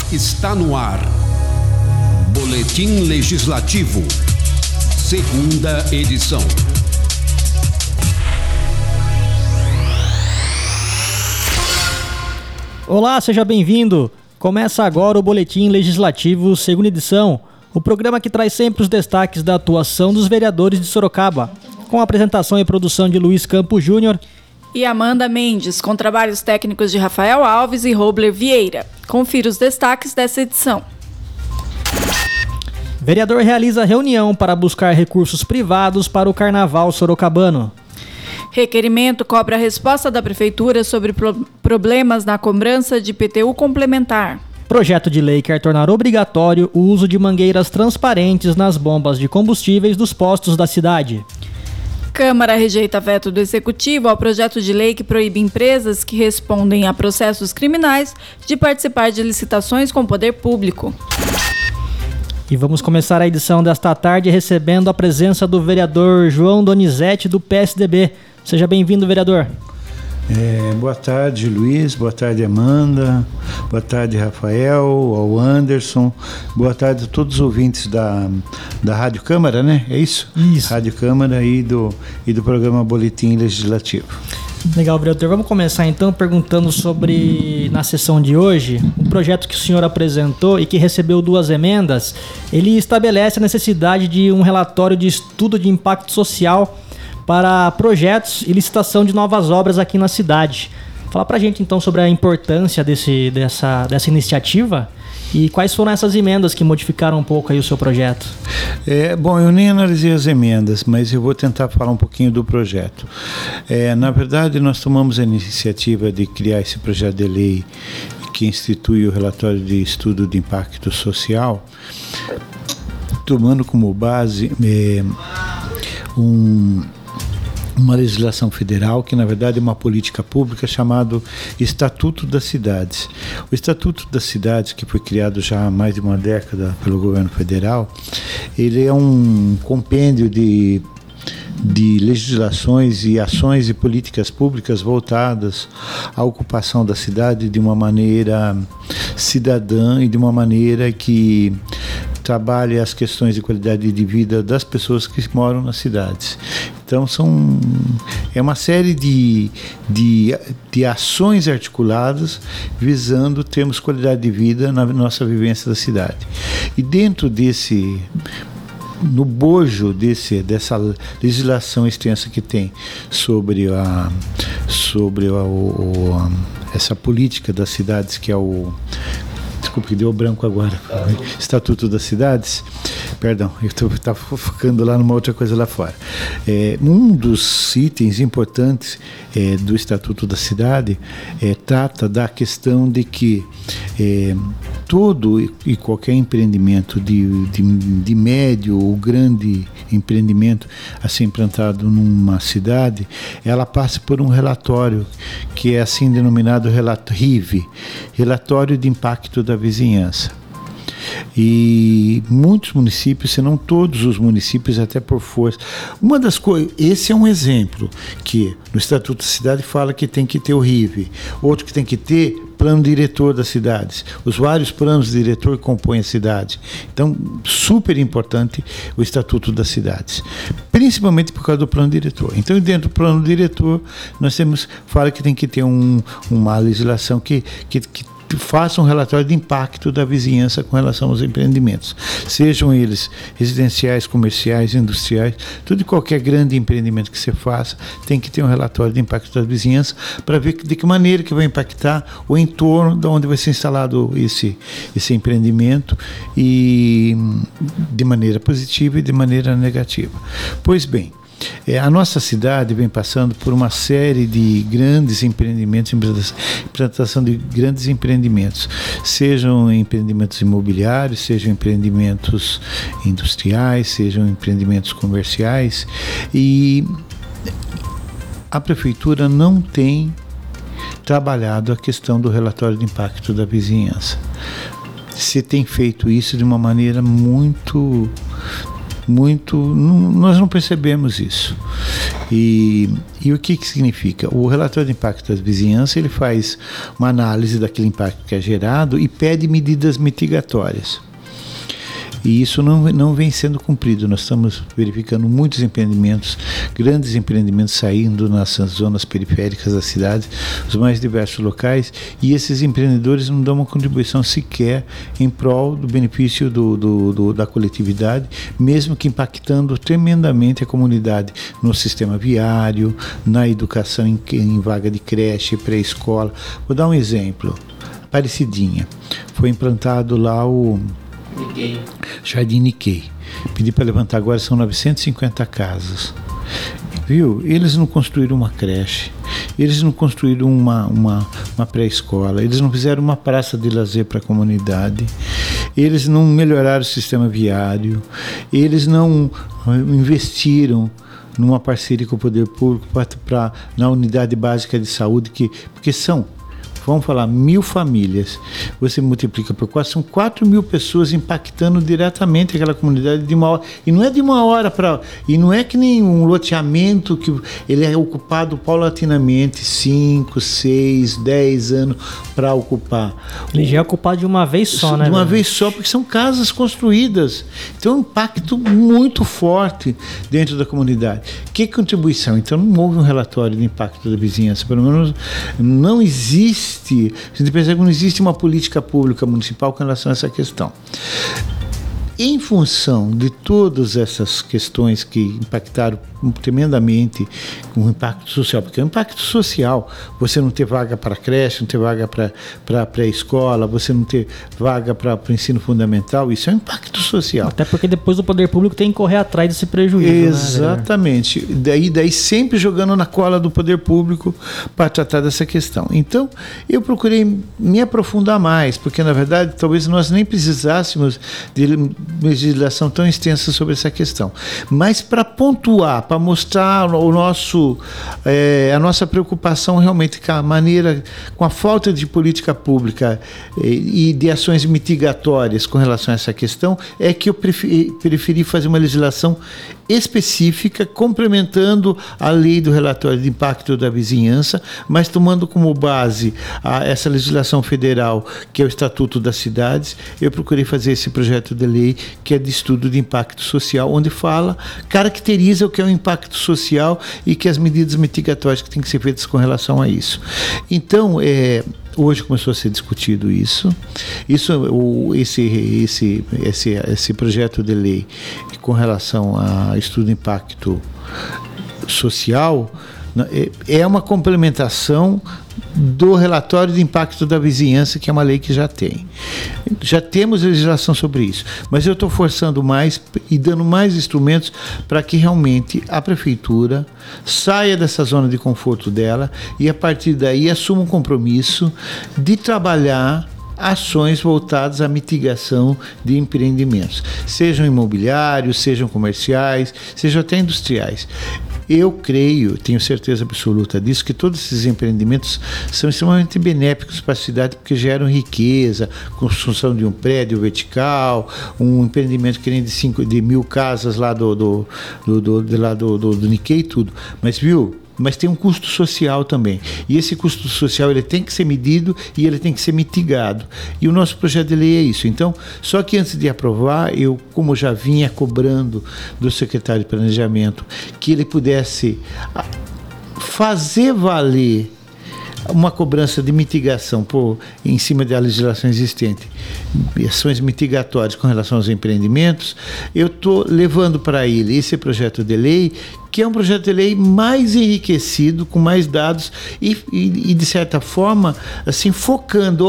Está no ar. Boletim Legislativo, segunda edição. Olá, seja bem-vindo. Começa agora o Boletim Legislativo, segunda edição, o programa que traz sempre os destaques da atuação dos vereadores de Sorocaba, com a apresentação e produção de Luiz Campos Júnior e Amanda Mendes, com trabalhos técnicos de Rafael Alves e Robler Vieira. Confira os destaques dessa edição. Vereador realiza reunião para buscar recursos privados para o Carnaval sorocabano. Requerimento cobra a resposta da Prefeitura sobre problemas na cobrança de IPTU complementar. Projeto de lei quer tornar obrigatório o uso de mangueiras transparentes nas bombas de combustíveis dos postos da cidade. Câmara rejeita veto do Executivo ao projeto de lei que proíbe empresas que respondem a processos criminais de participar de licitações com poder público. E vamos começar a edição desta tarde recebendo a presença do vereador João Donizete, do PSDB. Seja bem-vindo, vereador. Boa tarde, Luiz. Boa tarde, Amanda. Boa tarde, Rafael, ao Anderson. Boa tarde a todos os ouvintes da Rádio Câmara, né? É isso? Isso. Rádio Câmara e do programa Boletim Legislativo. Legal, vereador. Vamos começar então perguntando sobre, na sessão de hoje, um projeto que o senhor apresentou e que recebeu 2 emendas. Ele estabelece a necessidade de um relatório de estudo de impacto social para projetos e licitação de novas obras aqui na cidade. Fala pra gente então sobre a importância dessa iniciativa e quais foram essas emendas que modificaram um pouco aí o seu projeto. Bom, eu nem analisei as emendas, mas eu vou tentar falar um pouquinho do projeto. Na verdade, nós tomamos a iniciativa de criar esse projeto de lei que institui o relatório de estudo de impacto social, tomando como base uma legislação federal que, na verdade, é uma política pública chamado Estatuto das Cidades. O Estatuto das Cidades, que foi criado já há mais de uma década pelo governo federal, ele é um compêndio de legislações e ações e políticas públicas voltadas à ocupação da cidade de uma maneira cidadã e de uma maneira que trabalhe as questões de qualidade de vida das pessoas que moram nas cidades. Então é uma série de ações articuladas visando termos qualidade de vida na nossa vivência da cidade. E dentro no bojo dessa legislação extensa que tem sobre essa política das cidades, que é desculpe, deu branco agora, Estatuto das Cidades, perdão, eu estava focando lá numa outra coisa lá fora. Um dos itens importantes do Estatuto da Cidade trata da questão de que todo e qualquer empreendimento de médio ou grande empreendimento a ser implantado numa cidade, ela passa por um relatório que é assim denominado RIV, Relatório de Impacto da Vizinhança. E muitos municípios, se não todos os municípios, até por força. Uma das coisas, esse é um exemplo que no Estatuto da Cidade fala que tem que ter o RIV, outro que tem que ter plano diretor das cidades, os vários planos de diretor que compõem a cidade. Então, super importante o Estatuto das Cidades, principalmente por causa do plano diretor. Então, dentro do plano diretor, fala que tem que ter uma legislação que faça um relatório de impacto da vizinhança com relação aos empreendimentos, sejam eles residenciais, comerciais, industriais, tudo e qualquer grande empreendimento que você faça, tem que ter um relatório de impacto da vizinhança para ver de que maneira que vai impactar o entorno de onde vai ser instalado esse empreendimento, e de maneira positiva e de maneira negativa. Pois bem, a nossa cidade vem passando por uma série de grandes empreendimentos, implantação de grandes empreendimentos, sejam empreendimentos imobiliários, sejam empreendimentos industriais, sejam empreendimentos comerciais, e a prefeitura não tem trabalhado a questão do relatório de impacto da vizinhança. Se tem feito isso de uma maneira muito nós não percebemos isso. E o que significa? O relatório de impacto da vizinhança, ele faz uma análise daquele impacto que é gerado e pede medidas mitigatórias. E isso não vem sendo cumprido. Nós estamos verificando muitos empreendimentos, grandes empreendimentos saindo nas zonas periféricas da cidade, os mais diversos locais, e esses empreendedores não dão uma contribuição sequer em prol do benefício da coletividade, mesmo que impactando tremendamente a comunidade no sistema viário, na educação em vaga de creche, pré-escola. Vou dar um exemplo. Aparecidinha. Foi implantado lá o Jardim Nikkei. Pedi para levantar agora, são 950 casas. Viu? Eles não construíram uma creche, eles não construíram uma pré-escola, eles não fizeram uma praça de lazer para a comunidade, eles não melhoraram o sistema viário, eles não investiram numa parceria com o poder público na unidade básica de saúde, porque vamos falar, 1.000 famílias, você multiplica por 4, são 4.000 pessoas impactando diretamente aquela comunidade de uma hora, e não é de uma hora e não é que nem um loteamento que ele é ocupado paulatinamente, 5, 6, 10 anos para ocupar. Ele já é ocupado de uma vez só, né? De uma vez só, porque são casas construídas, então é um impacto muito forte dentro da comunidade. Que contribuição? Então não houve um relatório de impacto da vizinhança, pelo menos não existe. A gente percebe que não existe uma política pública municipal com relação a essa questão. Em função de todas essas questões que impactaram tremendamente com o impacto social, porque é um impacto social, você não ter vaga para creche, não ter vaga para pré-escola, você não ter vaga para o ensino fundamental, isso é um impacto social. Até porque depois o poder público tem que correr atrás desse prejuízo. Exatamente. Né? Daí sempre jogando na cola do poder público para tratar dessa questão. Então, eu procurei me aprofundar mais, porque na verdade talvez nós nem precisássemos de legislação tão extensa sobre essa questão. Mas para pontuar, para mostrar a nossa preocupação realmente com a falta de política pública e de ações mitigatórias com relação a essa questão, é que eu preferi fazer uma legislação específica, complementando a lei do relatório de impacto da vizinhança, mas tomando como base essa legislação federal, que é o Estatuto das Cidades. Eu procurei fazer esse projeto de lei, que é de estudo de impacto social, onde caracteriza o que é o impacto social e que as medidas mitigatórias que têm que ser feitas com relação a isso. Então, hoje começou a ser discutido isso. Esse projeto de lei com relação a estudo de impacto social é uma complementação do relatório de impacto da vizinhança, que é uma lei que já tem. Já temos legislação sobre isso, mas eu estou forçando mais e dando mais instrumentos para que realmente a prefeitura saia dessa zona de conforto dela e a partir daí assuma um compromisso de trabalhar ações voltadas à mitigação de empreendimentos, sejam imobiliários, sejam comerciais, sejam até industriais. Eu tenho certeza absoluta disso, que todos esses empreendimentos são extremamente benéficos para a cidade, porque geram riqueza, construção de um prédio vertical, um empreendimento que nem de 1.000 casas lá do Nikkei e tudo. Mas tem um custo social também. E esse custo social ele tem que ser medido e ele tem que ser mitigado. E o nosso projeto de lei é isso. Então, só que antes de aprovar, eu, como já vinha cobrando do secretário de Planejamento, que ele pudesse fazer valer uma cobrança de mitigação em cima da legislação existente, ações mitigatórias com relação aos empreendimentos, eu estou levando para ele esse projeto de lei, que é um projeto de lei mais enriquecido, com mais dados e de certa forma, assim, focando,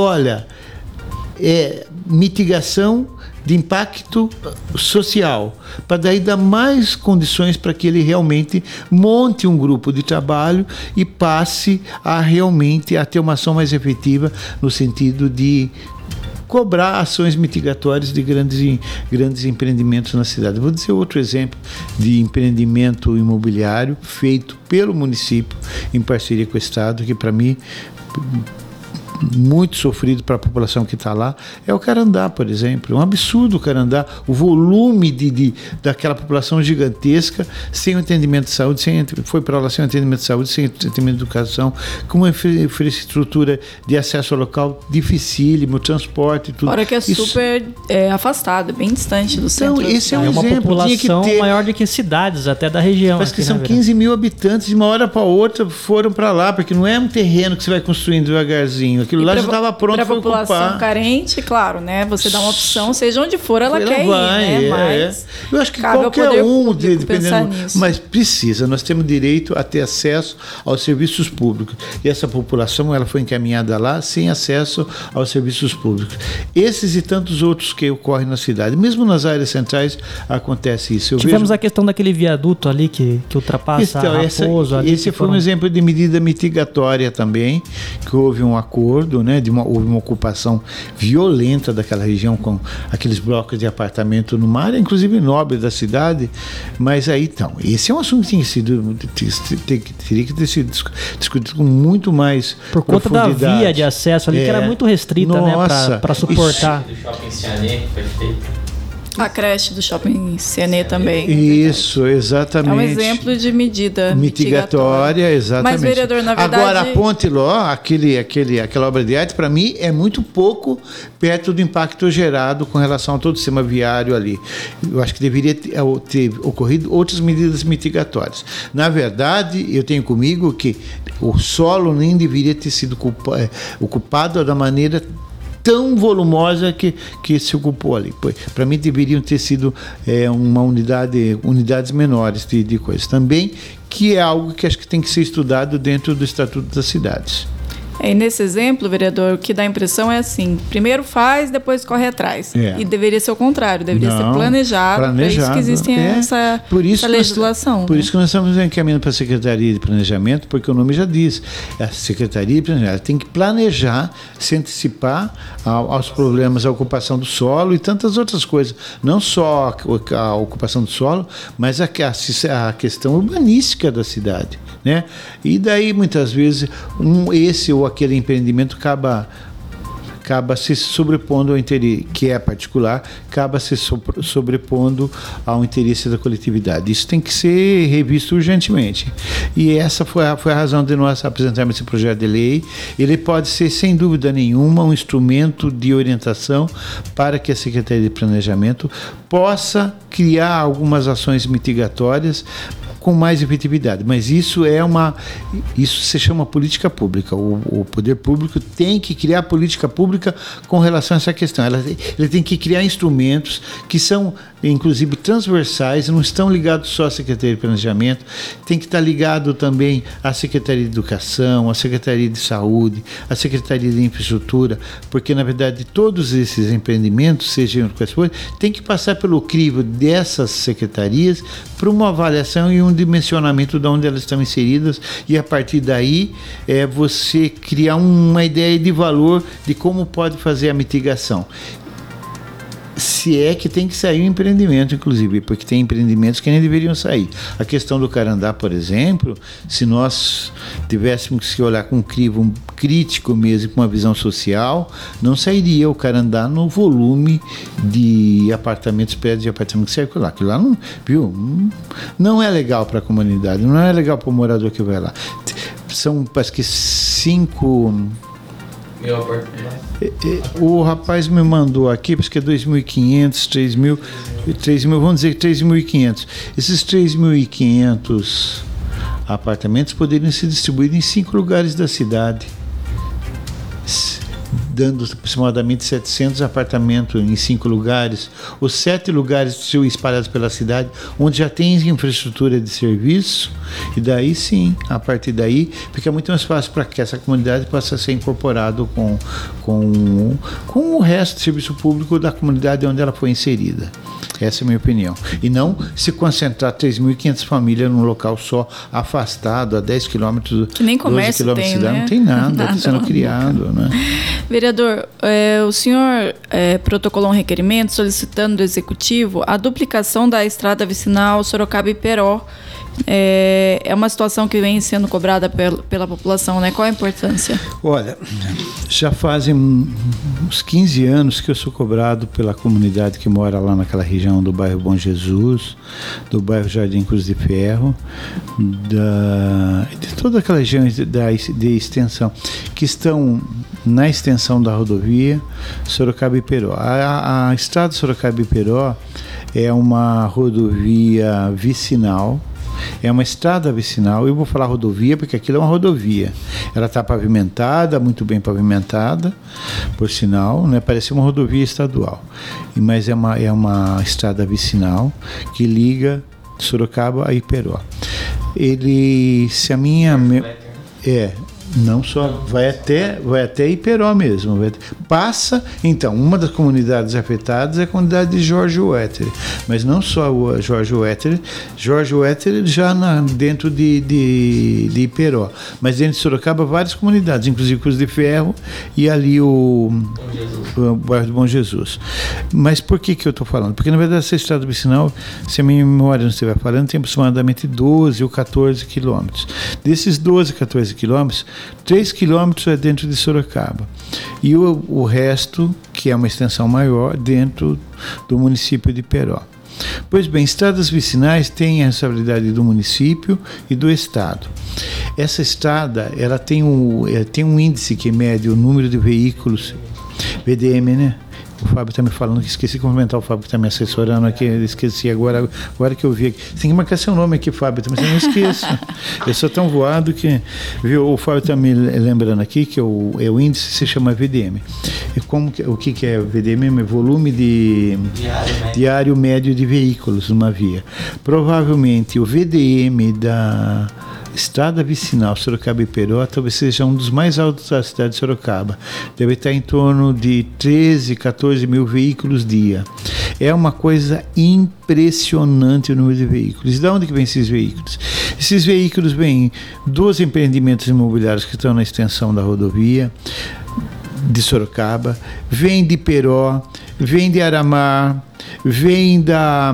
mitigação de impacto social, para daí dar mais condições para que ele realmente monte um grupo de trabalho e passe a realmente a ter uma ação mais efetiva no sentido de cobrar ações mitigatórias de grandes empreendimentos na cidade. Vou dizer outro exemplo de empreendimento imobiliário feito pelo município em parceria com o Estado, que para mim muito sofrido para a população que está lá, é o Carandá, por exemplo. É um absurdo o Carandá, o volume daquela população gigantesca, sem o atendimento de saúde, foi para lá sem o atendimento de saúde, sem o atendimento de educação, com uma infraestrutura de acesso ao local dificílimo, transporte, tudo. Fora que é super afastado, bem distante do centro. Então, esse é um uma exemplo. população maior do que cidades, até da região. Parece que são 15 mil habitantes, de uma hora para outra foram para lá, porque não é um terreno que você vai construindo devagarzinho. Aquilo lá já estava pronto para ocupar. Para a população carente, claro, né? Você dá uma opção, seja onde for, ela quer ir, né? Mas eu acho que qualquer dependendo, mas precisa. Nós temos direito a ter acesso aos serviços públicos. E essa população, ela foi encaminhada lá sem acesso aos serviços públicos. Esses e tantos outros que ocorrem na cidade. Mesmo nas áreas centrais acontece isso. Tivemos a questão daquele viaduto ali que ultrapassa a Raposo. Esse foi um exemplo de medida mitigatória também, que houve um acordo, né, houve uma ocupação violenta daquela região com aqueles blocos de apartamento numa área, inclusive nobre da cidade, mas aí então, esse é um assunto que teria que ter sido discutido com muito mais por conta da via de acesso ali, que era muito restrita, né, para suportar. O Shopping Ciané foi feito. A creche do Shopping Ciané também. Isso, exatamente. É um exemplo de medida mitigatória, exatamente. Mas, vereador, na verdade... Agora, a Ponte Ló, aquela obra de arte, para mim, é muito pouco perto do impacto gerado com relação a todo o sistema viário ali. Eu acho que deveria ter ocorrido outras medidas mitigatórias. Na verdade, eu tenho comigo que o solo nem deveria ter sido ocupado da maneira tão volumosa que se ocupou ali. Para mim deveriam ter sido unidades menores de coisas. Também, que é algo que acho que tem que ser estudado dentro do Estatuto das Cidades. E nesse exemplo, vereador, o que dá a impressão é assim, primeiro faz, depois corre atrás. E deveria ser o contrário, deveria ser planejado. É isso que existe essa legislação. Por isso que nós estamos encaminhando para a Secretaria de Planejamento, porque o nome já diz, a Secretaria de Planejamento tem que planejar, se antecipar aos problemas da ocupação do solo e tantas outras coisas. Não só a ocupação do solo, mas a questão urbanística da cidade, né? E daí, muitas vezes, esse ou aquele empreendimento acaba se sobrepondo ao interesse, que é particular, acaba se sobrepondo ao interesse da coletividade. Isso tem que ser revisto urgentemente. E essa foi a razão de nós apresentarmos esse projeto de lei. Ele pode ser, sem dúvida nenhuma, um instrumento de orientação para que a Secretaria de Planejamento possa criar algumas ações mitigatórias com mais efetividade, mas isso se chama política pública. O poder público tem que criar política pública com relação a essa questão. Ele tem que criar instrumentos que são, inclusive, transversais, não estão ligados só à Secretaria de Planejamento, tem que estar ligado também à Secretaria de Educação, à Secretaria de Saúde, à Secretaria de Infraestrutura, porque, na verdade, todos esses empreendimentos, sejam quais forem, tem que passar pelo crivo dessas secretarias para uma avaliação e um dimensionamento de onde elas estão inseridas, e a partir daí você criar uma ideia de valor de como pode fazer a mitigação. Se é que tem que sair o empreendimento, inclusive, porque tem empreendimentos que nem deveriam sair. A questão do Carandá, por exemplo, se nós tivéssemos que olhar com um crivo crítico mesmo, com uma visão social, não sairia o Carandá no volume de apartamentos, prédios de apartamentos que circulam lá. Aquilo lá não, viu? Não é legal para a comunidade, não é legal para o morador que vai lá. São, parece que 5... O rapaz me mandou aqui, porque é 2.500, 3.000, vamos dizer 3.500. Esses 3.500 apartamentos poderiam ser distribuídos em 5 lugares da cidade, dando aproximadamente 700 apartamentos em 5 lugares, os 7 lugares espalhados pela cidade, onde já tem infraestrutura de serviço, e daí sim, a partir daí, fica muito mais fácil para que essa comunidade possa ser incorporada com o resto do serviço público da comunidade onde ela foi inserida. Essa é a minha opinião. E não se concentrar 3.500 famílias num local só, afastado, a 10 quilômetros, que nem comércio 12 tem, né? Não tem nada, está sendo criado. Né? Vereador, o senhor protocolou um requerimento solicitando do Executivo a duplicação da estrada vicinal Sorocaba e Peró, É uma situação que vem sendo cobrada pela população, né? Qual a importância? Olha, já fazem uns 15 anos que eu sou cobrado pela comunidade que mora lá naquela região do bairro Bom Jesus, do bairro Jardim Cruz de Ferro, de toda aquela região de extensão, que estão na extensão da rodovia Sorocaba-Iperó. A estrada Sorocaba-Iperó é uma rodovia vicinal, é uma estrada vicinal. Eu vou falar rodovia porque aquilo é uma rodovia. Ela está pavimentada, muito bem pavimentada, por sinal, né? Parece uma rodovia estadual, mas é uma estrada vicinal que liga Sorocaba a Iperó. Não só vai até Iperó mesmo. Passa, então, uma das comunidades afetadas é a comunidade de Jorge Wether, mas não só o Jorge Wether já dentro de Iperó, mas dentro de Sorocaba várias comunidades, inclusive Cruz de Ferro e ali o bairro do Bom Jesus. Mas por que eu estou falando? Porque na verdade essa estrada vicinal, se a minha memória não estiver falando, tem aproximadamente 12 ou 14 quilômetros. Desses 12, 14 quilômetros, 3 quilômetros é dentro de Sorocaba e o resto, que é uma extensão maior, dentro do município de Iperó. Pois bem, estradas vicinais têm a responsabilidade do município e do estado. Essa estrada, ela tem um índice que mede o número de veículos, VDM, né? O Fábio está me falando que esqueci de cumprimentar o Fábio que está me assessorando aqui, eu esqueci agora que eu vi aqui. Você tem que marcar seu nome aqui, Fábio, mas eu não esqueço. Eu sou tão voado que, viu, o Fábio está me lembrando aqui que o índice se chama VDM. E o que é VDM? É volume de diário médio de veículos numa via. Provavelmente o VDM da estrada vicinal Sorocaba-Iperó talvez seja um dos mais altos da cidade de Sorocaba. Deve estar em torno de 13, 14 mil veículos dia. É uma coisa impressionante o número de veículos. E de onde que vem esses veículos? Esses veículos vêm dos empreendimentos imobiliários que estão na extensão da rodovia de Sorocaba, vem de Iperó, vem de Aramar, vem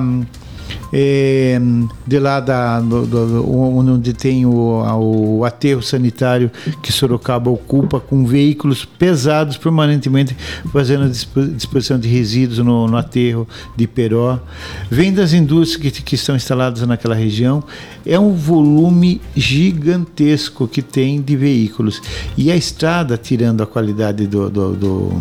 de lá onde tem o aterro sanitário que Sorocaba ocupa, com veículos pesados permanentemente fazendo a disposição de resíduos no aterro de Iperó, vem das indústrias que estão instaladas naquela região. É um volume gigantesco que tem de veículos, e a estrada, tirando a qualidade do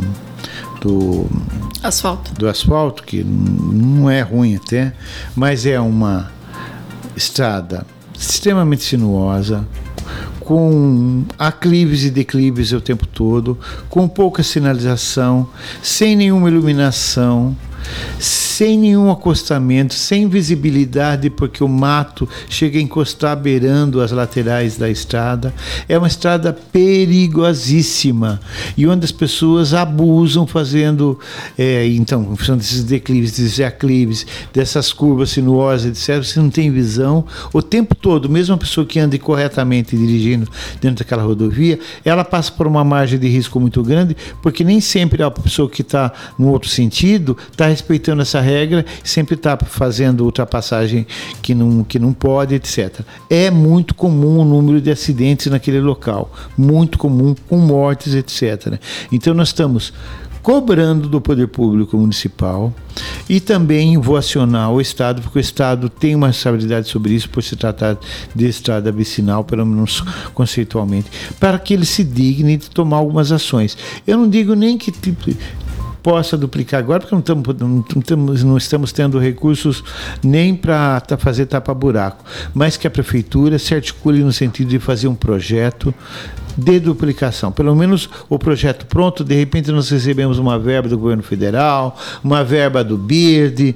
asfalto, que não é ruim até, mas é uma estrada extremamente sinuosa, com aclives e declives o tempo todo, com pouca sinalização, sem nenhuma iluminação, sem nenhum acostamento, sem visibilidade, porque o mato chega a encostar beirando as laterais da estrada. É uma estrada perigosíssima e onde as pessoas abusam fazendo, então, em função desses declives, desses aclives, dessas curvas sinuosas, etc. Você não tem visão o tempo todo. Mesmo a pessoa que anda corretamente dirigindo dentro daquela rodovia, ela passa por uma margem de risco muito grande, porque nem sempre a pessoa que está no outro sentido está respeitando essa regra, sempre está fazendo ultrapassagem que não pode, etc. É muito comum o número de acidentes naquele local, muito comum, com mortes, etc. Então nós estamos cobrando do poder público municipal, e também vou acionar o Estado, porque o Estado tem uma responsabilidade sobre isso, por se tratar de estrada vicinal, pelo menos conceitualmente, para que ele se digne de tomar algumas ações. Eu não digo nem que possa duplicar agora, porque não estamos tendo recursos nem para fazer tapa-buraco, mas que a Prefeitura se articule no sentido de fazer um projeto de duplicação, pelo menos o projeto pronto. De repente nós recebemos uma verba do governo federal, uma verba do BIRD,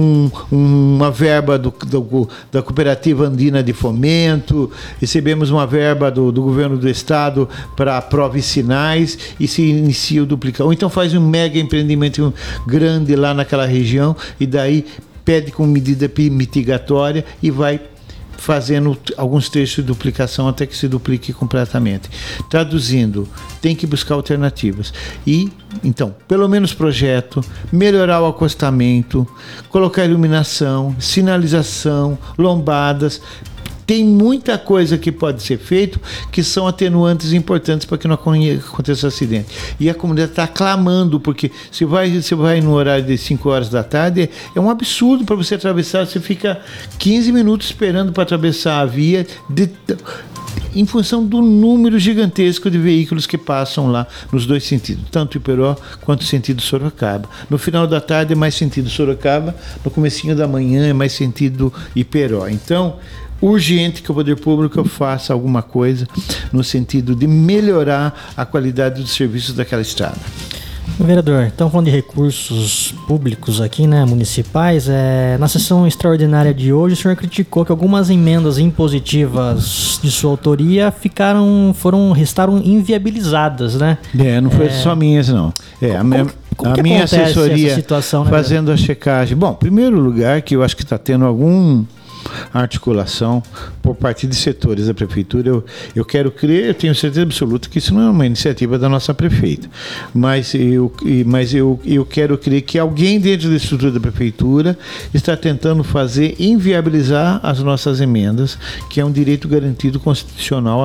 uma verba da Cooperativa Andina de Fomento, recebemos uma verba do governo do estado para pró-vicinais e se inicia o duplicação. Ou então faz um mega empreendimento grande lá naquela região e daí pede com medida mitigatória e vai fazendo alguns trechos de duplicação até que se duplique completamente. Traduzindo, tem que buscar alternativas. E, então, pelo menos projeto, melhorar o acostamento, colocar iluminação, sinalização, lombadas, tem muita coisa que pode ser feito que são atenuantes importantes para que não aconteça acidente. E a comunidade está clamando, porque você vai no horário de 5 horas da tarde, é um absurdo para você atravessar, você fica 15 minutos esperando para atravessar a via em função do número gigantesco de veículos que passam lá nos dois sentidos, tanto Iperó quanto sentido Sorocaba. No final da tarde é mais sentido Sorocaba, no comecinho da manhã é mais sentido Iperó. Então, urgente que o poder público faça alguma coisa no sentido de melhorar a qualidade dos serviços daquela estrada. Vereador, estamos falando de recursos públicos aqui, né, municipais. Na sessão extraordinária de hoje, o senhor criticou que algumas emendas impositivas de sua autoria restaram inviabilizadas, né? Não foi só minhas, não. A minha assessoria situação, né, fazendo a checagem. Bom, em primeiro lugar, que eu acho que está tendo alguma articulação por parte de setores da prefeitura. Eu quero crer, eu tenho certeza absoluta que isso não é uma iniciativa da nossa prefeita, mas eu quero crer que alguém dentro da estrutura da prefeitura está tentando inviabilizar as nossas emendas, que é um direito garantido constitucional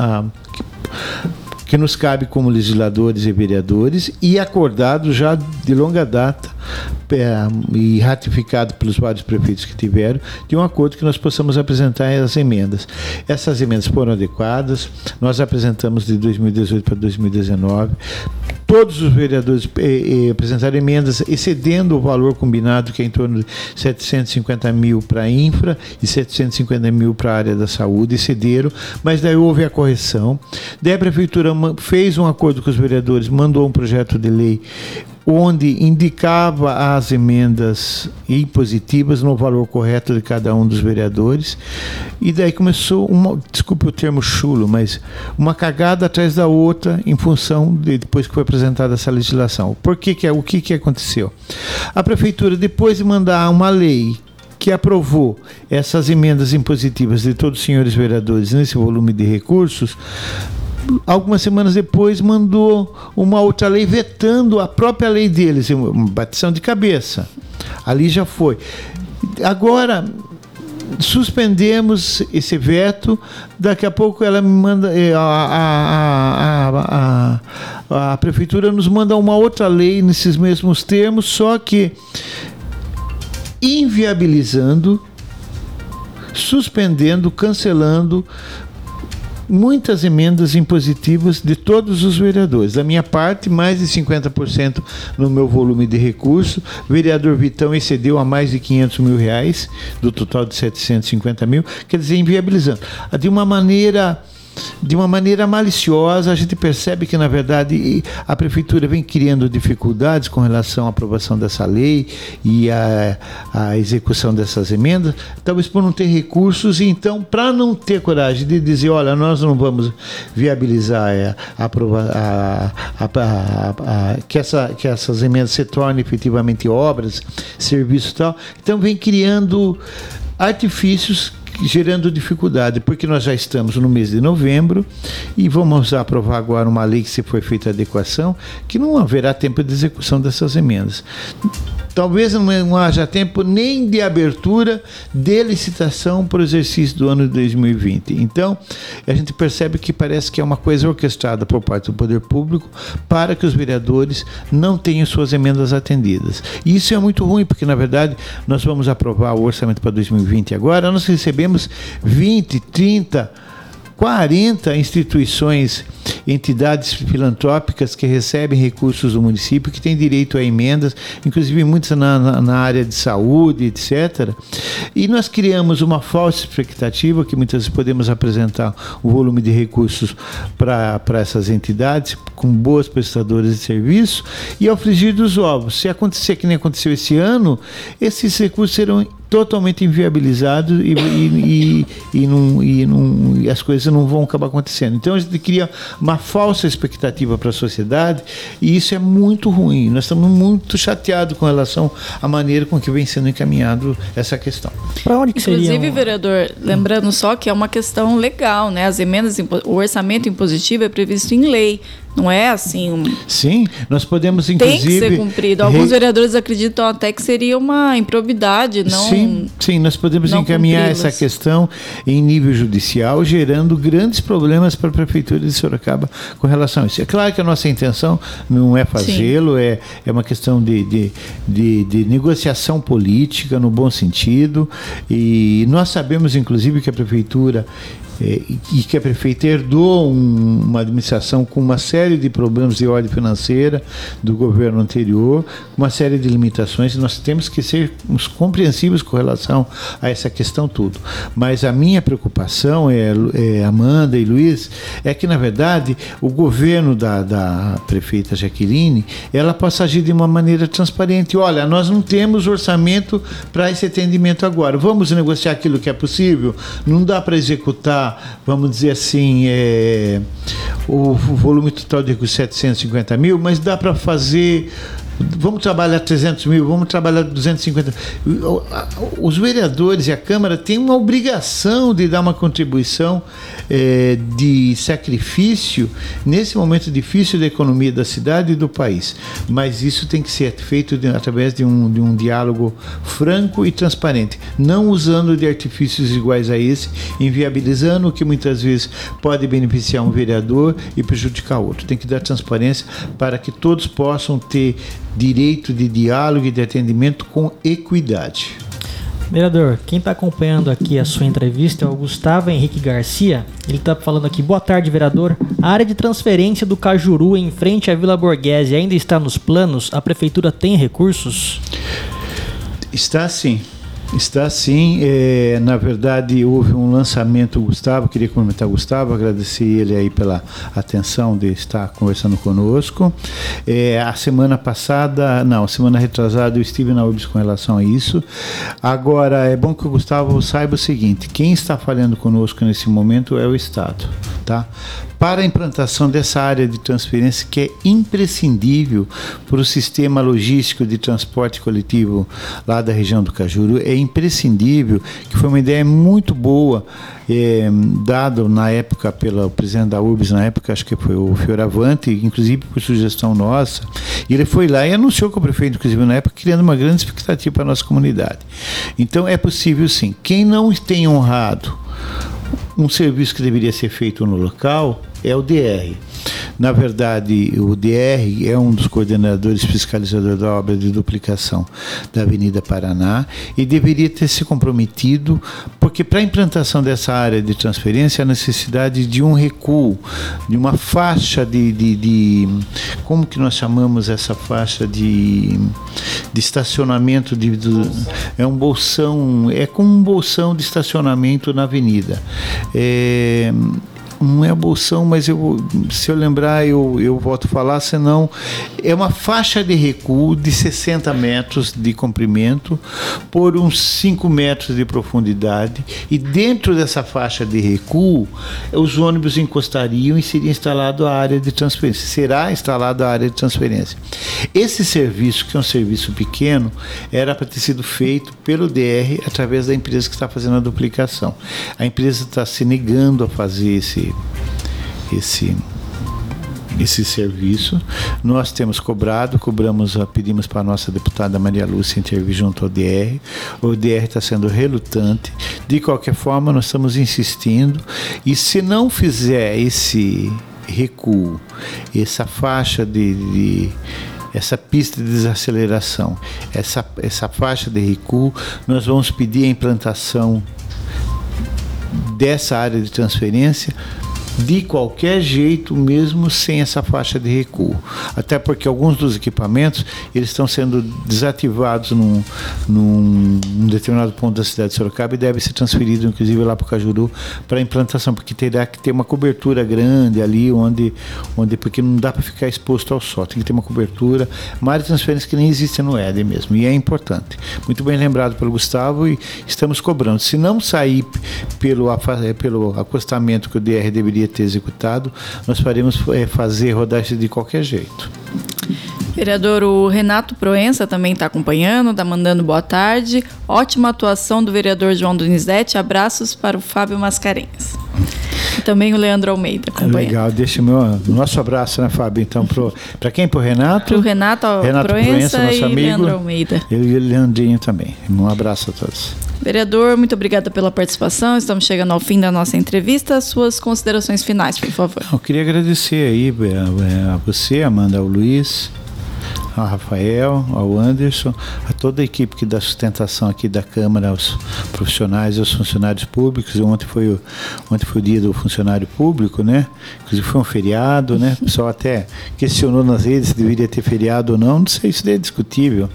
que nos cabe como legisladores e vereadores e acordado já de longa data e ratificado pelos vários prefeitos que tiveram, de um acordo que nós possamos apresentar as emendas. Essas emendas foram adequadas, nós apresentamos de 2018 para 2019, todos os vereadores apresentaram emendas excedendo o valor combinado, que é em torno de 750 mil para a infra e 750 mil para a área da saúde, excederam, mas daí houve a correção. Daí a prefeitura fez um acordo com os vereadores, mandou um projeto de lei onde indicava as emendas impositivas no valor correto de cada um dos vereadores, e daí começou desculpe o termo chulo, mas uma cagada atrás da outra em função depois que foi apresentada essa legislação. O que aconteceu? A prefeitura, depois de mandar uma lei que aprovou essas emendas impositivas de todos os senhores vereadores nesse volume de recursos, algumas semanas depois mandou uma outra lei vetando a própria lei deles, uma batição de cabeça. Ali já foi. Agora suspendemos esse veto, daqui a pouco ela me manda, a prefeitura nos manda uma outra lei nesses mesmos termos, só que inviabilizando, suspendendo, cancelando muitas emendas impositivas de todos os vereadores. Da minha parte, mais de 50% no meu volume de recurso. O vereador Vitão excedeu a mais de 500 mil reais, do total de 750 mil, quer dizer, inviabilizando. De uma maneira maliciosa, a gente percebe que, na verdade, a prefeitura vem criando dificuldades com relação à aprovação dessa lei e à execução dessas emendas, talvez por não ter recursos, e então, para não ter coragem de dizer, olha, nós não vamos viabilizar que essas emendas se tornem efetivamente obras, serviços e tal, então vem criando artifícios gerando dificuldade, porque nós já estamos no mês de novembro e vamos aprovar agora uma lei que, se for feita a adequação, que não haverá tempo de execução dessas emendas. Talvez não haja tempo nem de abertura de licitação para o exercício do ano de 2020. Então, a gente percebe que parece que é uma coisa orquestrada por parte do poder público para que os vereadores não tenham suas emendas atendidas. E isso é muito ruim, porque, na verdade, nós vamos aprovar o orçamento para 2020 agora, nós recebemos 20, 30, 40 instituições, entidades filantrópicas que recebem recursos do município, que têm direito a emendas, inclusive muitas na área de saúde, etc. E nós criamos uma falsa expectativa que muitas vezes podemos apresentar um volume de recursos para essas entidades, com boas prestadoras de serviço, e ao frigir dos ovos, se acontecer que nem aconteceu esse ano, esses recursos serão totalmente inviabilizados e as coisas não vão acabar acontecendo. Então a gente cria uma falsa expectativa para a sociedade, e isso é muito ruim. Nós estamos muito chateados com relação à maneira com que vem sendo encaminhado essa questão. Para onde que Inclusive, seria vereador, lembrando só que é uma questão legal, né? As emendas, o orçamento impositivo é previsto em lei. Não é assim. Sim, nós podemos inclusive... Tem que ser cumprido. Alguns vereadores acreditam até que seria uma improbidade, não... Sim, nós podemos encaminhar essa questão em nível judicial, gerando grandes problemas para a Prefeitura de Sorocaba com relação a isso. É claro que a nossa intenção não é fazê-lo, é uma questão de negociação política, no bom sentido, e nós sabemos, inclusive, que a Prefeitura e que a prefeita herdou uma administração com uma série de problemas de ordem financeira do governo anterior, uma série de limitações, e nós temos que ser compreensivos com relação a essa questão tudo. Mas a minha preocupação, Amanda e Luiz, é que, na verdade, o governo da prefeita Jaqueline, ela possa agir de uma maneira transparente. Olha, nós não temos orçamento para esse atendimento agora, vamos negociar aquilo que é possível, não dá para executar, vamos dizer assim, o volume total de 750 mil, mas dá para fazer, vamos trabalhar 300 mil, vamos trabalhar 250. Os vereadores e a Câmara têm uma obrigação de dar uma contribuição de sacrifício nesse momento difícil da economia da cidade e do país, mas isso tem que ser feito através de um diálogo franco e transparente, não usando de artifícios iguais a esse, inviabilizando o que muitas vezes pode beneficiar um vereador e prejudicar outro. Tem que dar transparência para que todos possam ter direito de diálogo e de atendimento com equidade. Vereador, quem está acompanhando aqui a sua entrevista é o Gustavo Henrique Garcia. Ele está falando aqui: boa tarde, vereador. A área de transferência do Cajuru em frente à Vila Borghese ainda está nos planos? A prefeitura tem recursos? Está sim. Está sim, na verdade houve um lançamento, Gustavo, queria cumprimentar o Gustavo, agradecer ele aí pela atenção de estar conversando conosco. A semana retrasada eu estive na UBS com relação a isso. Agora, é bom que o Gustavo saiba o seguinte: quem está falando conosco nesse momento é o Estado, tá? Para a implantação dessa área de transferência, que é imprescindível para o sistema logístico de transporte coletivo lá da região do Cajuru, é imprescindível, que foi uma ideia muito boa, dado na época pelo presidente da UBS, na época acho que foi o Fioravante, inclusive por sugestão nossa, e ele foi lá e anunciou com o prefeito, inclusive na época, criando uma grande expectativa para a nossa comunidade. Então é possível sim. Quem não tem honrado um serviço que deveria ser feito no local é o DR. Na verdade, o DR é um dos coordenadores fiscalizadores da obra de duplicação da Avenida Paraná e deveria ter se comprometido, porque para a implantação dessa área de transferência há necessidade de um recuo, de uma faixa de como que nós chamamos essa faixa de estacionamento, é um bolsão, é como um bolsão de estacionamento na avenida. Não é bolsão, mas se eu lembrar eu volto a falar, senão é uma faixa de recuo de 60 metros de comprimento por uns 5 metros de profundidade, e dentro dessa faixa de recuo os ônibus encostariam e seria instalado a área de transferência, será instalada a área de transferência. Esse serviço, que é um serviço pequeno, era para ter sido feito pelo DR através da empresa que está fazendo a duplicação. A empresa está se negando a fazer esse serviço. Nós temos pedimos para a nossa deputada Maria Lúcia intervir junto ao DR. O DR está sendo relutante. De qualquer forma, nós estamos insistindo, e se não fizer esse recuo, essa faixa essa pista de desaceleração, essa faixa de recuo, nós vamos pedir a implantação dessa área de transferência de qualquer jeito, mesmo sem essa faixa de recuo. Até porque alguns dos equipamentos eles estão sendo desativados num determinado ponto da cidade de Sorocaba e devem ser transferidos, inclusive, lá para o Cajuru para implantação, porque terá que ter uma cobertura grande ali, porque não dá para ficar exposto ao sol, tem que ter uma cobertura, uma área de transferência que nem existe no Éden mesmo, e é importante. Muito bem lembrado pelo Gustavo, e estamos cobrando. Se não sair pelo acostamento que o DR deveria ter executado, nós faremos fazer rodagem de qualquer jeito. Vereador, o Renato Proença também está acompanhando, está mandando boa tarde. Ótima atuação do vereador João Donizete. Abraços para o Fábio Mascarenhas. E também o Leandro Almeida acompanha. Legal, deixa o nosso abraço, né, Fábio? Então, para quem? Para o Renato? Para o Renato Proença nosso e amigo, Leandro Almeida. E o Leandrinho também. Um abraço a todos. Vereador, muito obrigada pela participação. Estamos chegando ao fim da nossa entrevista. Suas considerações finais, por favor. Eu queria agradecer aí a você, Amanda, ao Luiz, ao Rafael, ao Anderson, a toda a equipe que dá sustentação aqui da Câmara, aos profissionais e aos funcionários públicos. Ontem foi o dia do funcionário público, né? Inclusive foi um feriado, né? O pessoal até questionou nas redes se deveria ter feriado ou não. Não sei, isso daí é discutível.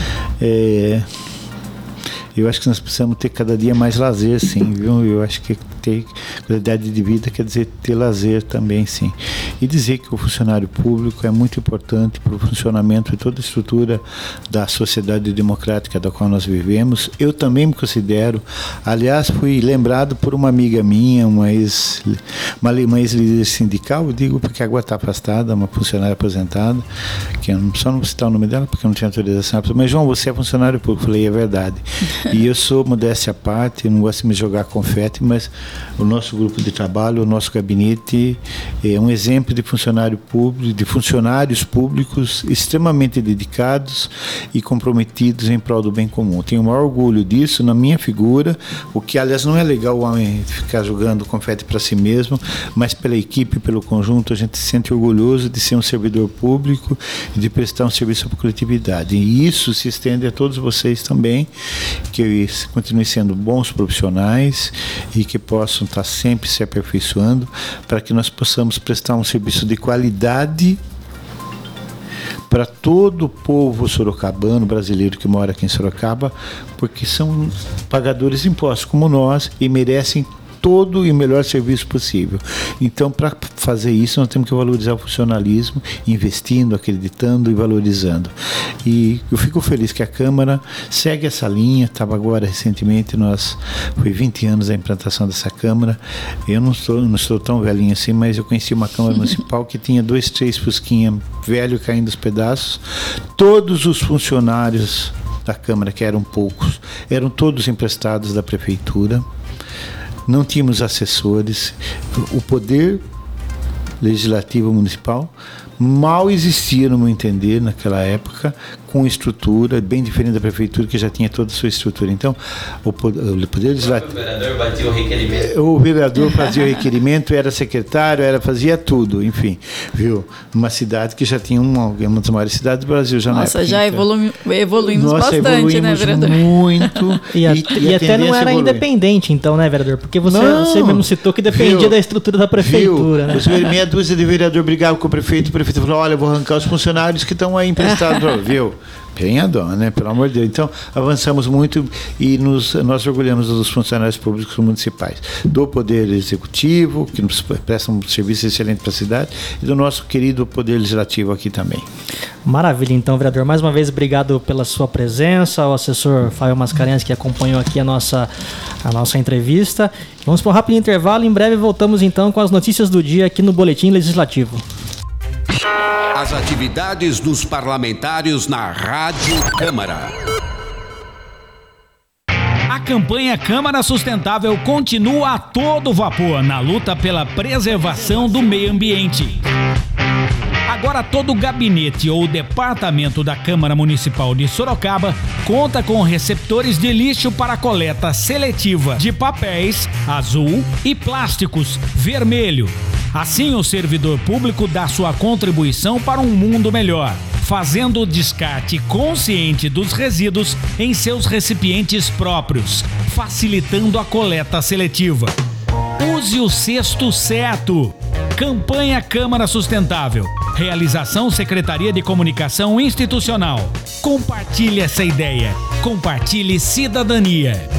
Eu acho que nós precisamos ter cada dia mais lazer, sim, viu? Eu acho que ter qualidade de vida quer dizer ter lazer também, sim. E dizer que o funcionário público é muito importante para o funcionamento de toda a estrutura da sociedade democrática da qual nós vivemos. Eu também me considero, aliás, fui lembrado por uma amiga minha, uma ex-líder sindical, eu digo porque agora está afastada, uma funcionária aposentada, que eu só não vou citar o nome dela porque eu não tinha autorização, mas João, você é funcionário público? Eu falei, é verdade. E eu sou, modéstia à parte, não gosto de me jogar confete, mas o nosso grupo de trabalho, o nosso gabinete é um exemplo de funcionário público, de funcionários públicos extremamente dedicados e comprometidos em prol do bem comum. Tenho o maior orgulho disso na minha figura, o que aliás não é legal o homem ficar jogando confete para si mesmo, mas pela equipe, pelo conjunto, a gente se sente orgulhoso de ser um servidor público e de prestar um serviço à coletividade. E isso se estende a todos vocês também, que continuem sendo bons profissionais e que possam estar sempre se aperfeiçoando para que nós possamos prestar um serviço de qualidade para todo o povo sorocabano, brasileiro que mora aqui em Sorocaba, porque são pagadores de impostos como nós e merecem todo e o melhor serviço possível. Então, para fazer isso, nós temos que valorizar o funcionalismo, investindo, acreditando e valorizando. E eu fico feliz que a Câmara segue essa linha. Estava agora, recentemente, foi 20 anos da implantação dessa Câmara. Eu não estou tão velhinho assim, mas eu conheci uma Câmara Municipal que tinha 2, 3 fusquinha velho caindo aos pedaços. Todos os funcionários da Câmara, que eram poucos, eram todos emprestados da Prefeitura. Não tínhamos assessores, o poder legislativo municipal mal existia, no meu entender, naquela época, com estrutura bem diferente da prefeitura, que já tinha toda a sua estrutura. Então, o poder legislativo... O vereador fazia o requerimento. O vereador fazia o requerimento, era secretário, fazia tudo, enfim, viu? Uma cidade que já tinha uma das maiores cidades do Brasil. Já Nossa, já evoluímos bastante, né, vereador? Muito. E até não era independente, então, né, vereador? Porque você mesmo citou que dependia da estrutura da prefeitura, né? Meia dúzia de vereador brigava com o prefeito falou, olha, eu vou arrancar os funcionários que estão aí emprestados, viu? Tenha dó, né? Pelo amor de Deus. Então, avançamos muito e nós orgulhamos dos funcionários públicos municipais, do Poder Executivo, que nos presta um serviço excelente para a cidade, e do nosso querido Poder Legislativo aqui também. Maravilha, então, vereador. Mais uma vez, obrigado pela sua presença, ao assessor Fábio Mascarenhas, que acompanhou aqui a nossa entrevista. Vamos para um rápido intervalo. Em breve voltamos, então, com as notícias do dia aqui no Boletim Legislativo. As atividades dos parlamentares na Rádio Câmara. A campanha Câmara Sustentável continua a todo vapor na luta pela preservação do meio ambiente. Agora todo o gabinete ou departamento da Câmara Municipal de Sorocaba conta com receptores de lixo para coleta seletiva de papéis azul e plásticos vermelho. Assim, o servidor público dá sua contribuição para um mundo melhor, fazendo o descarte consciente dos resíduos em seus recipientes próprios, facilitando a coleta seletiva. Use o cesto certo. Campanha Câmara Sustentável. Realização Secretaria de Comunicação Institucional. Compartilhe essa ideia. Compartilhe cidadania.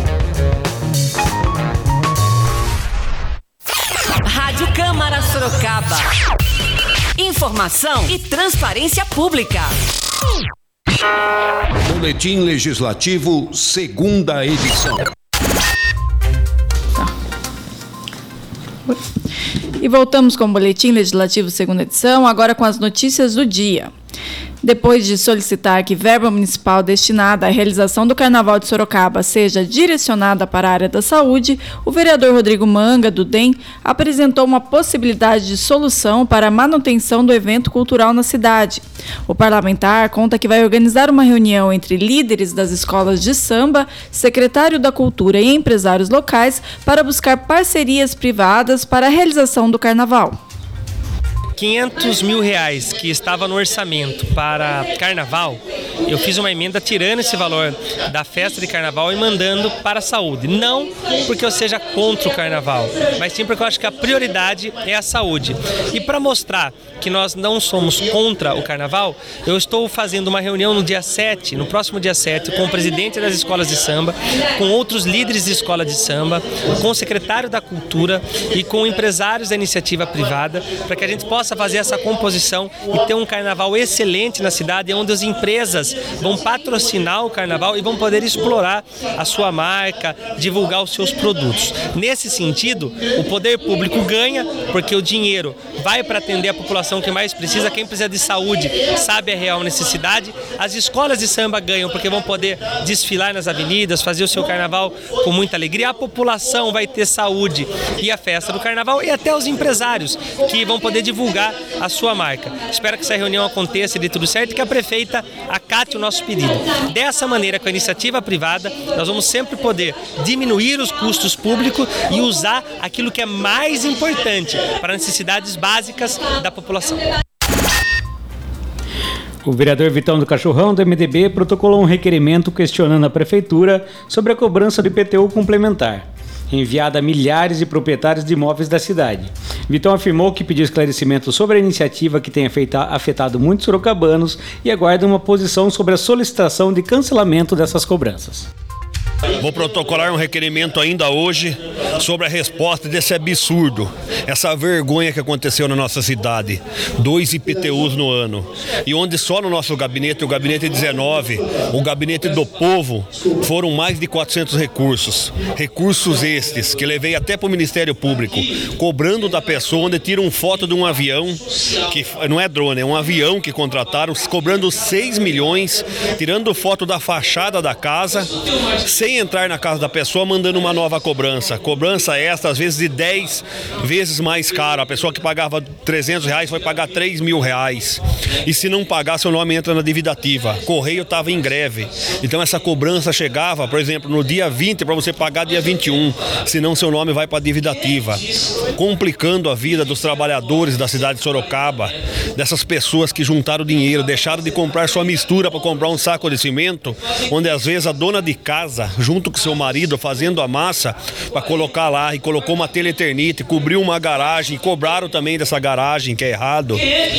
Rádio Câmara Sorocaba. Informação e transparência pública. Boletim Legislativo, segunda edição. E voltamos com o Boletim Legislativo, segunda edição, agora com as notícias do dia. Depois de solicitar que verba municipal destinada à realização do Carnaval de Sorocaba seja direcionada para a área da saúde, o vereador Rodrigo Manga, do DEM, apresentou uma possibilidade de solução para a manutenção do evento cultural na cidade. O parlamentar conta que vai organizar uma reunião entre líderes das escolas de samba, secretário da Cultura e empresários locais para buscar parcerias privadas para a realização do Carnaval. R$500 mil que estava no orçamento para carnaval, eu fiz uma emenda tirando esse valor da festa de carnaval e mandando para a saúde. Não porque eu seja contra o carnaval, mas sim porque eu acho que a prioridade é a saúde. E para mostrar que nós não somos contra o carnaval, eu estou fazendo uma reunião no próximo dia 7, com o presidente das escolas de samba, com outros líderes de escola de samba, com o secretário da Cultura e com empresários da iniciativa privada, para que a gente possa fazer essa composição e ter um carnaval excelente na cidade, onde as empresas vão patrocinar o carnaval e vão poder explorar a sua marca, divulgar os seus produtos. Nesse sentido, o poder público ganha, porque o dinheiro vai para atender a população que mais precisa. Quem precisa de saúde sabe a real necessidade. As escolas de samba ganham, porque vão poder desfilar nas avenidas, fazer o seu carnaval com muita alegria. A população vai ter saúde e a festa do carnaval, e até os empresários que vão poder divulgar a sua marca. Espero que essa reunião aconteça e dê tudo certo e que a prefeita acate o nosso pedido. Dessa maneira, com a iniciativa privada, nós vamos sempre poder diminuir os custos públicos e usar aquilo que é mais importante para necessidades básicas da população. O vereador Vitão do Cachorrão, do MDB, protocolou um requerimento questionando a prefeitura sobre a cobrança do IPTU complementar, enviada a milhares de proprietários de imóveis da cidade. Vitão afirmou que pediu esclarecimento sobre a iniciativa que tem afetado muitos sorocabanos e aguarda uma posição sobre a solicitação de cancelamento dessas cobranças. Vou protocolar um requerimento ainda hoje sobre a resposta desse absurdo, essa vergonha que aconteceu na nossa cidade. 2 IPTUs no ano. E onde só no nosso gabinete, o gabinete 19, o gabinete do povo, foram mais de 400 recursos. Recursos estes que levei até para o Ministério Público, cobrando da pessoa, onde tiram foto de um avião, que não é drone, é um avião que contrataram, cobrando 6 milhões, tirando foto da fachada da casa, sem entrar na casa da pessoa, mandando uma nova cobrança. Cobrança esta, às vezes, de 10 vezes mais caro. A pessoa que pagava R$300 vai pagar R$3.000. E se não pagar, seu nome entra na dívida ativa. Correio estava em greve. Então essa cobrança chegava, por exemplo, no dia 20 para você pagar dia 21. Senão seu nome vai para a dívida ativa. Complicando a vida dos trabalhadores da cidade de Sorocaba, dessas pessoas que juntaram dinheiro, deixaram de comprar sua mistura para comprar um saco de cimento, onde às vezes a dona de casa, junto com seu marido, fazendo a massa para colocar lá, e colocou uma telha Eternite, cobriu uma garagem, cobraram também dessa garagem, que é errado,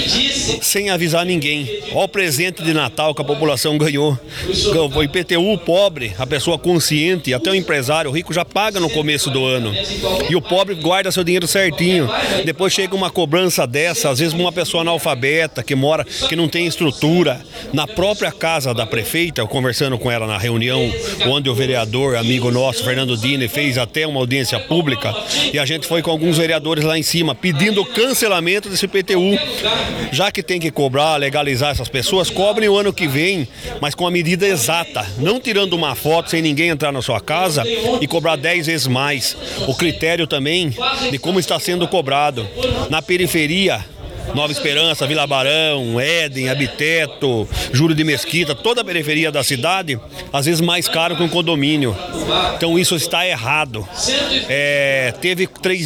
sem avisar ninguém. Olha o presente de Natal que a população ganhou. O IPTU pobre, a pessoa consciente, até o empresário, o rico já paga no começo do ano. E o pobre guarda seu dinheiro certinho. Depois chega uma cobrança dessa, às vezes uma pessoa analfabeta, que mora, que não tem estrutura, na própria casa da prefeita, eu conversando com ela na reunião, onde o vereador, amigo nosso, Fernando Dini, fez até uma audiência pública, e a gente foi com alguns vereadores lá em cima, pedindo o cancelamento desse IPTU. Já que tem que cobrar, legalizar essas pessoas, cobrem o ano que vem, mas com a medida exata, não tirando uma foto sem ninguém entrar na sua casa e cobrar 10 vezes mais. O critério também de como está sendo cobrado. Na periferia, Nova Esperança, Vila Barão, Éden, Abiteto, Júlio de Mesquita, toda a periferia da cidade, às vezes mais caro que um condomínio. Então isso está errado. Teve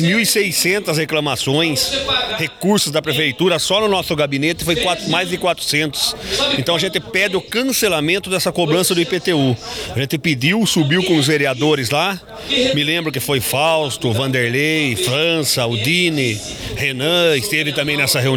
3.600 reclamações, recursos da prefeitura, só no nosso gabinete foi mais de 400. Então a gente pede o cancelamento dessa cobrança do IPTU. A gente pediu, subiu com os vereadores lá, me lembro que foi Fausto, Vanderlei, França, Udine, Renan, esteve também nessa reunião,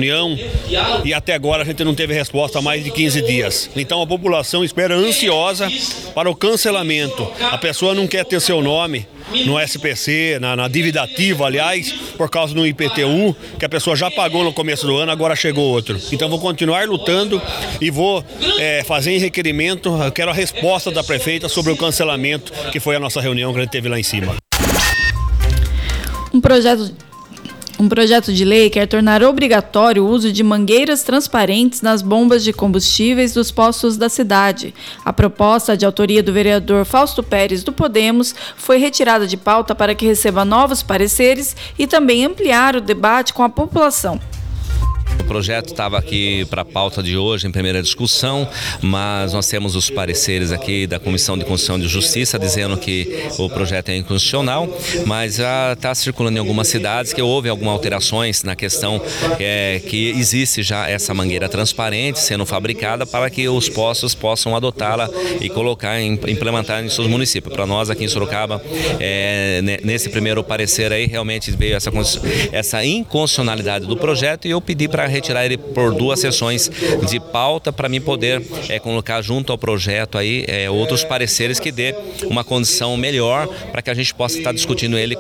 e até agora a gente não teve resposta há mais de 15 dias. Então a população espera ansiosa para o cancelamento. A pessoa não quer ter seu nome no SPC, na dívida ativa, aliás, por causa do IPTU, que a pessoa já pagou no começo do ano, agora chegou outro. Então vou continuar lutando e vou fazer em requerimento, eu quero a resposta da prefeita sobre o cancelamento, que foi a nossa reunião que a gente teve lá em cima. Um projeto Um projeto de lei quer tornar obrigatório o uso de mangueiras transparentes nas bombas de combustíveis dos postos da cidade. A proposta, de autoria do vereador Fausto Pérez, do Podemos, foi retirada de pauta para que receba novos pareceres e também ampliar o debate com a população. O projeto estava aqui para a pauta de hoje, em primeira discussão, mas nós temos os pareceres aqui da Comissão de Constituição e Justiça dizendo que o projeto é inconstitucional, mas já está circulando em algumas cidades que houve algumas alterações na questão que existe já essa mangueira transparente sendo fabricada para que os postos possam adotá-la e colocar, implementar em seus municípios. Para nós aqui em Sorocaba, nesse primeiro parecer aí, realmente veio essa inconstitucionalidade do projeto e eu pedi para retirar ele por 2 sessões de pauta para mim poder colocar junto ao projeto aí outros pareceres que dê uma condição melhor para que a gente possa estar discutindo ele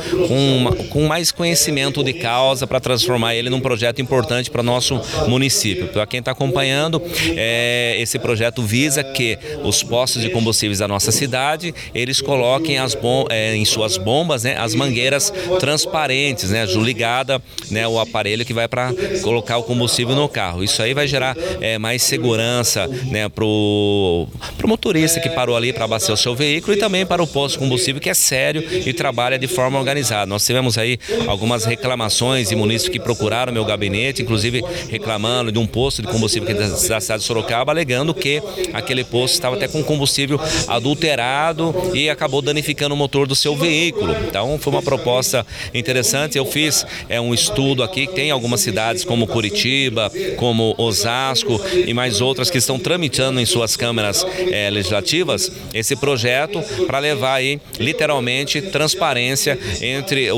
com mais conhecimento de causa para transformar ele num projeto importante para o nosso município. Para quem está acompanhando, esse projeto visa que os postos de combustíveis da nossa cidade, eles coloquem em suas bombas, né, as mangueiras transparentes, né, ligada, né, o aparelho que vai para colocar o combustível no carro. Isso aí vai gerar mais segurança, né, para o motorista que parou ali para abastecer o seu veículo e também para o posto de combustível, que é sério e trabalha de forma organizada. Nós tivemos aí algumas reclamações de munícipes que procuraram meu gabinete, inclusive reclamando de um posto de combustível da cidade de Sorocaba, alegando que aquele posto estava até com combustível adulterado e acabou danificando o motor do seu veículo. Então foi uma proposta interessante. Eu fiz um estudo aqui, que tem algumas cidades como Curitiba, como Osasco e mais outras que estão tramitando em suas câmaras legislativas esse projeto para levar aí literalmente transparência entre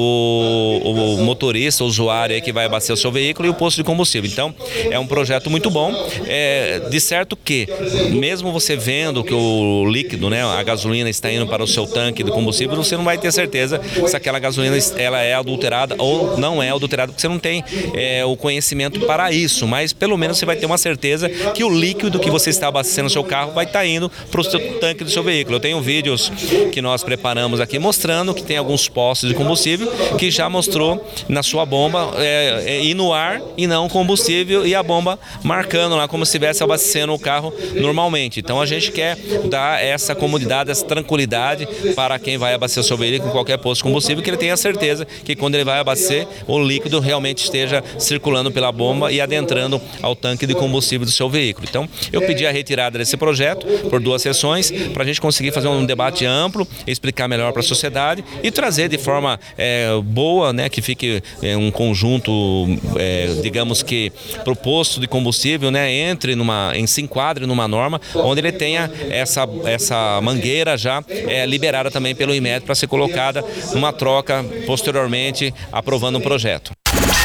o motorista, o usuário aí que vai abastecer o seu veículo e o posto de combustível. Então é um projeto muito bom, de certo que mesmo você vendo que o líquido, né, a gasolina está indo para o seu tanque de combustível, você não vai ter certeza se aquela gasolina ela é adulterada ou não é adulterada, porque você não tem o conhecimento para isso, mas pelo menos você vai ter uma certeza que o líquido que você está abastecendo o seu carro vai estar indo para o seu tanque do seu veículo. Eu tenho vídeos que nós preparamos aqui mostrando que tem alguns postos de combustível que já mostrou na sua bomba ir no ar e não combustível e a bomba marcando lá como se estivesse abastecendo o carro normalmente. Então a gente quer dar essa comodidade, essa tranquilidade para quem vai abastecer o seu veículo em qualquer posto de combustível, que ele tenha certeza que quando ele vai abastecer, o líquido realmente esteja circulando pela bomba e adentrando ao tanque de combustível do seu veículo. Então eu pedi a retirada desse projeto por 2 sessões para a gente conseguir fazer um debate amplo, explicar melhor para a sociedade e trazer de forma boa, né, que fique um conjunto, digamos que para o posto de combustível, né, se enquadre numa norma onde ele tenha essa mangueira já liberada também pelo IMET para ser colocada numa troca posteriormente aprovando um projeto.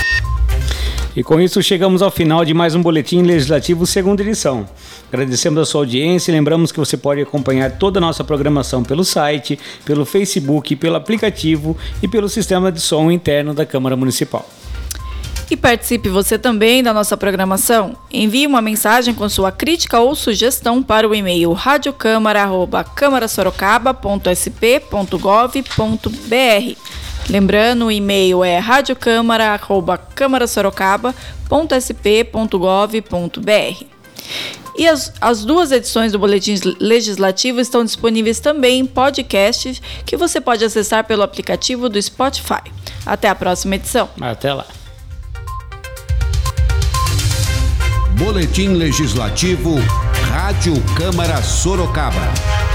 E com isso chegamos ao final de mais um Boletim Legislativo segunda edição. Agradecemos a sua audiência e lembramos que você pode acompanhar toda a nossa programação pelo site, pelo Facebook, pelo aplicativo e pelo sistema de som interno da Câmara Municipal. E participe você também da nossa programação. Envie uma mensagem com sua crítica ou sugestão para o e-mail radiocâmara@camarasorocaba.sp.gov.br. Lembrando, o e-mail é radiocâmara@camarasorocaba.sp.gov.br. E as 2 edições do Boletim Legislativo estão disponíveis também em podcasts que você pode acessar pelo aplicativo do Spotify. Até a próxima edição. Até lá. Boletim Legislativo, Rádio Câmara Sorocaba.